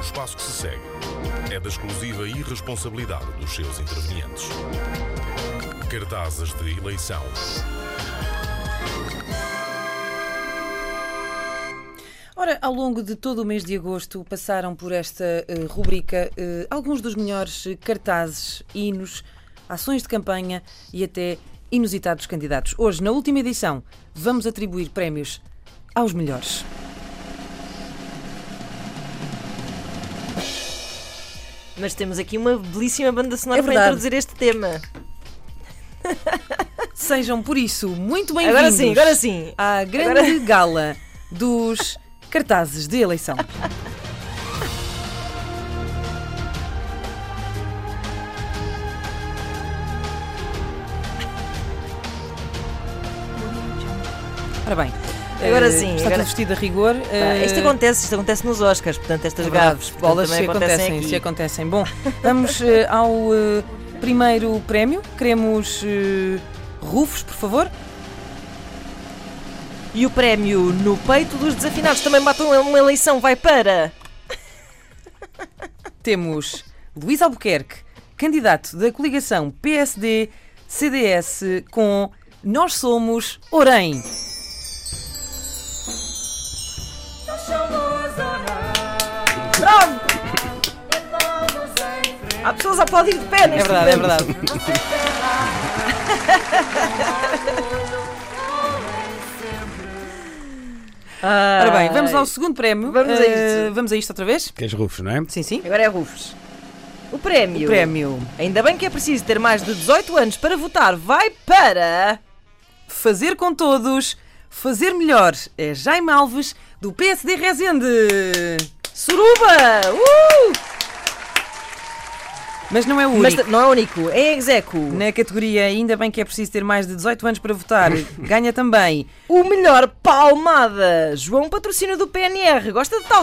espaço que se segue é da exclusiva irresponsabilidade dos seus intervenientes. Cartazes de eleição. Ora, ao longo de todo o mês de agosto passaram por esta rubrica alguns dos melhores cartazes, hinos, ações de campanha e até inusitados candidatos. Hoje, na última edição, vamos atribuir prémios aos melhores. Mas temos aqui uma belíssima banda sonora para introduzir este tema. Sejam, por isso, muito bem-vindos agora sim. À grande gala dos cartazes de eleição. Ora bem, agora sim. Está tudo vestido a rigor. Isto acontece nos Oscars, portanto, estas gafes. Bolas se acontecem. Bom, vamos ao primeiro prémio. Queremos rufos, por favor. E o prémio no peito dos desafinados também batam uma eleição, vai para... Temos Luís Albuquerque, candidato da coligação PSD-CDS com Nós Somos Orem. Bravo! Há pessoas a aplaudir de pé neste momento. É verdade. Ora bem, vamos ao segundo prémio. Vamos a isto outra vez? Queres rufos, não é? Sim. Agora é Rufus. O prémio. Ainda bem que é preciso ter mais de 18 anos para votar. Vai para... Fazer com todos, fazer melhor. É Jaime Alves, do PSD Rezende. Suruba! Mas não é o único. Mas não é o único, é execo. Na categoria ainda bem que é preciso ter mais de 18 anos para votar, ganha também o melhor palmada. João, patrocínio do PNR. Gosta de tal?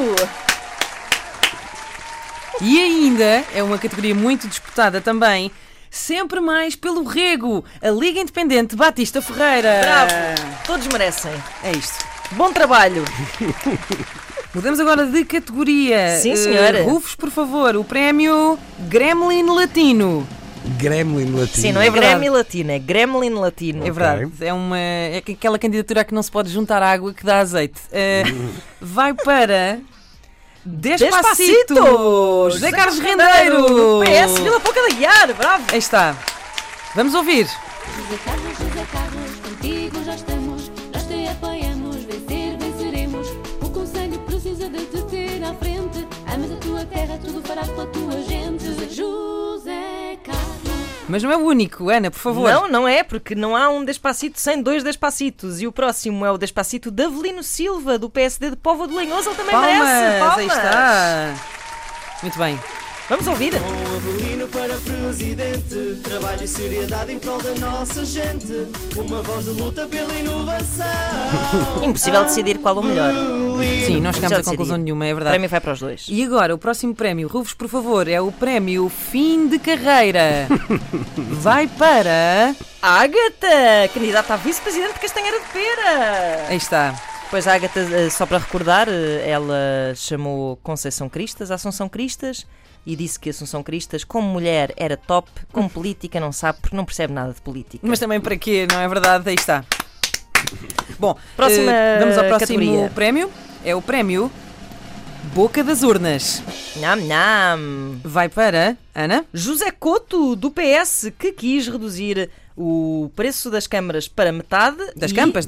E ainda é uma categoria muito disputada também, sempre mais pelo rego, a Liga Independente Batista Ferreira. Bravo! Todos merecem. É isto. Bom trabalho. Mudamos agora de categoria. Sim, senhora. Rufos, por favor, o prémio Gremlin Latino. Gremlin Latino. Sim, não é Gremlin Latino, é Gremlin Latino. É verdade. Okay. É aquela candidatura que não se pode juntar água que dá azeite. Vai para... Despacito! José Carlos Rendeiro! PS Vila Pouca da Guiar, bravo! Aí está. Vamos ouvir. José Carlos, contigo já estamos, nós te apoiamos, venceremos. O conselho precisa de te ter à frente, amas a tua terra, tudo farás pela tua gente. José Carlos. Mas não é o único, Ana, por favor. Não é, porque não há um Despacito sem dois Despacitos. E o próximo é o Despacito de Avelino Silva, do PSD de Póvoa de Lanhoso. Ele também merece. Palmas! Aí está. Muito bem. Vamos ouvir. Com Avelino para presidente, trabalho e seriedade em prol da nossa gente, uma voz de luta pela inovação. Impossível decidir qual o melhor. Sim, não chegamos a conclusão nenhuma, é verdade. O prémio vai para os dois. E agora, o próximo prémio, Rufos, por favor, é o prémio Fim de Carreira. Vai para... Ágata, candidata a vice-presidente de Castanheira de Pera. Aí está. Pois a Ágata, só para recordar, ela chamou Conceição Cristas, Assunção Cristas, e disse que Assunção Cristas, como mulher, era top, como política não sabe, porque não percebe nada de política. Mas também para quê, não é verdade? Aí está. Bom, vamos ao próximo categoria. prémio. É o prémio Boca das Urnas. Nham. Vai para, Ana? José Couto, do PS, que quis reduzir o preço das câmaras para metade. Das campas.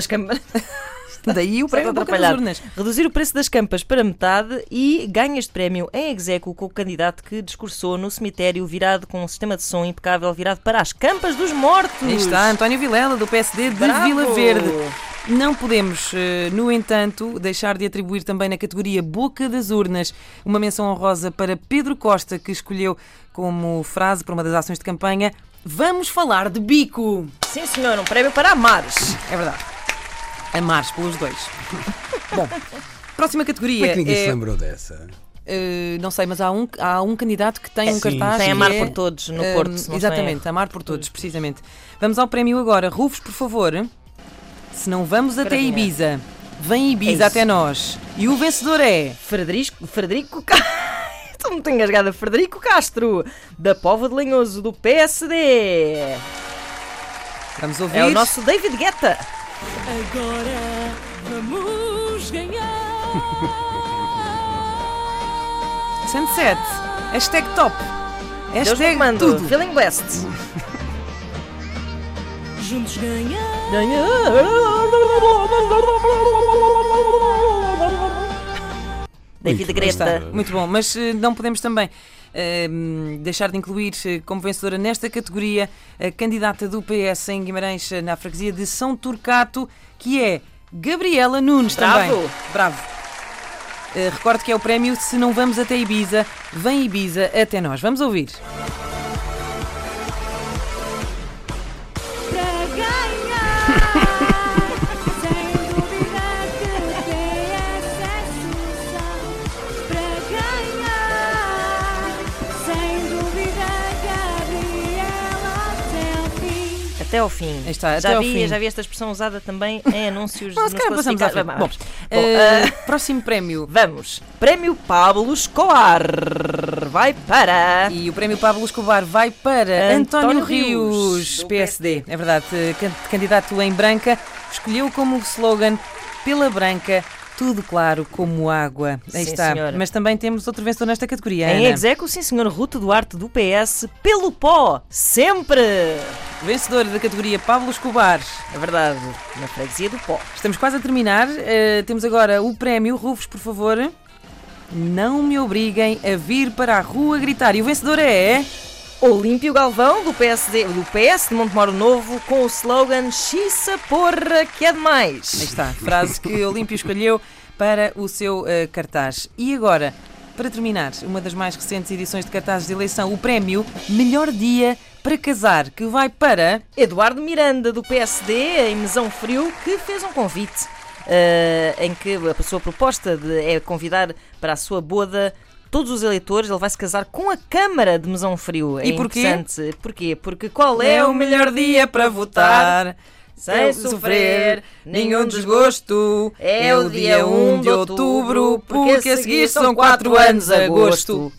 Daí o prémio Boca das Urnas. Reduzir o preço das campas para metade e ganha este prémio em execo com o candidato que discursou no cemitério virado com um sistema de som impecável virado para as campas dos mortos. Aí está, António Vilela, do PSD de Vila Verde. Não podemos, no entanto, deixar de atribuir também na categoria Boca das Urnas uma menção honrosa para Pedro Costa, que escolheu como frase para uma das ações de campanha: vamos falar de bico. Sim, senhor, um prémio para Amares. É verdade. Amares pelos dois. Bom, próxima categoria. Como é que ninguém se lembrou dessa? Não sei, mas há um candidato que tem um cartaz. Tem Amar por Todos no Porto. Exatamente, Amar por Todos, precisamente. Vamos ao prémio agora. Rufos, por favor. Se não vamos até Ibiza. Vem Ibiza até nós. E o vencedor é... Frederico Estou muito engasgada. Frederico Castro, da Póvoa de Lanhoso, do PSD. Vamos ouvir. É o nosso David Guetta. Agora vamos ganhar. Sunset. Hashtag top. Deus no Hashtag comando. tudo. Feeling blessed. Juntos ganhar. David Aí está. Guetta. Muito bom, mas não podemos também deixar de incluir como vencedora nesta categoria a candidata do PS em Guimarães, na freguesia de São Turcato, que é Gabriela Nunes. Bravo. Também. Bravo. Recordo que é o prémio Se Não Vamos Até Ibiza, Vem Ibiza até nós. Vamos ouvir. Para ganhar, sem dúvida que PS é solução. Para ganhar, sem dúvida Gabriela até ao fim. Até ao fim. Aí está, já até ao vi, fim. já vi esta expressão usada também em anúncios Bom, nos se calhar passamos à classificados. frente. Bom, Próximo prémio. vamos. Prémio Pablo Escolar vai para... E o prémio Pablo Escobar vai para António António Rios, Rios, do PSD. É verdade, candidato em branca, escolheu como slogan Pela Branca, tudo claro como água. Aí Sim, está. senhora. Mas também temos outro vencedor nesta categoria, Em Ana. execo, sim senhor, Ruto Duarte do PS, pelo pó, sempre! Vencedor da categoria Pablo Escobar. É verdade, na freguesia do pó. Estamos quase a terminar. Temos agora o prémio. Rufus, por favor. Não me obriguem a vir para a rua gritar. E o vencedor é... Olímpio Galvão, do PSD, do PS de Montemoro Novo, com o slogan Xiça porra que é demais. Aí está, frase que Olímpio escolheu para o seu cartaz. E agora, para terminar, uma das mais recentes edições de cartazes de eleição, o prémio Melhor Dia para Casar, que vai para... Eduardo Miranda, do PSD, em Mesão Frio, que fez um convite em que a sua proposta é convidar para a sua boda todos os eleitores. Ele vai se casar com a Câmara de Mesão Frio. E porquê? Interessante. Porquê? Porque qual é o melhor dia para votar? Sem sofrer nenhum desgosto. É o dia 1 de outubro, porque a seguir são 4 anos a agosto.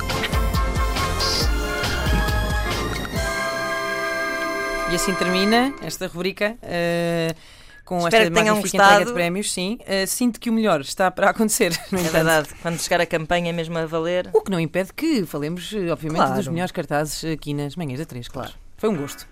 E assim termina esta rubrica com Espero esta que tenham magnífica entrega de gostado. prémios. Sim, sinto que o melhor está para acontecer. No É entanto. verdade, quando chegar a campanha mesmo a valer. O que não impede que falemos, obviamente, Claro. dos melhores cartazes aqui nas Manhãs da 3, claro. Foi um gosto.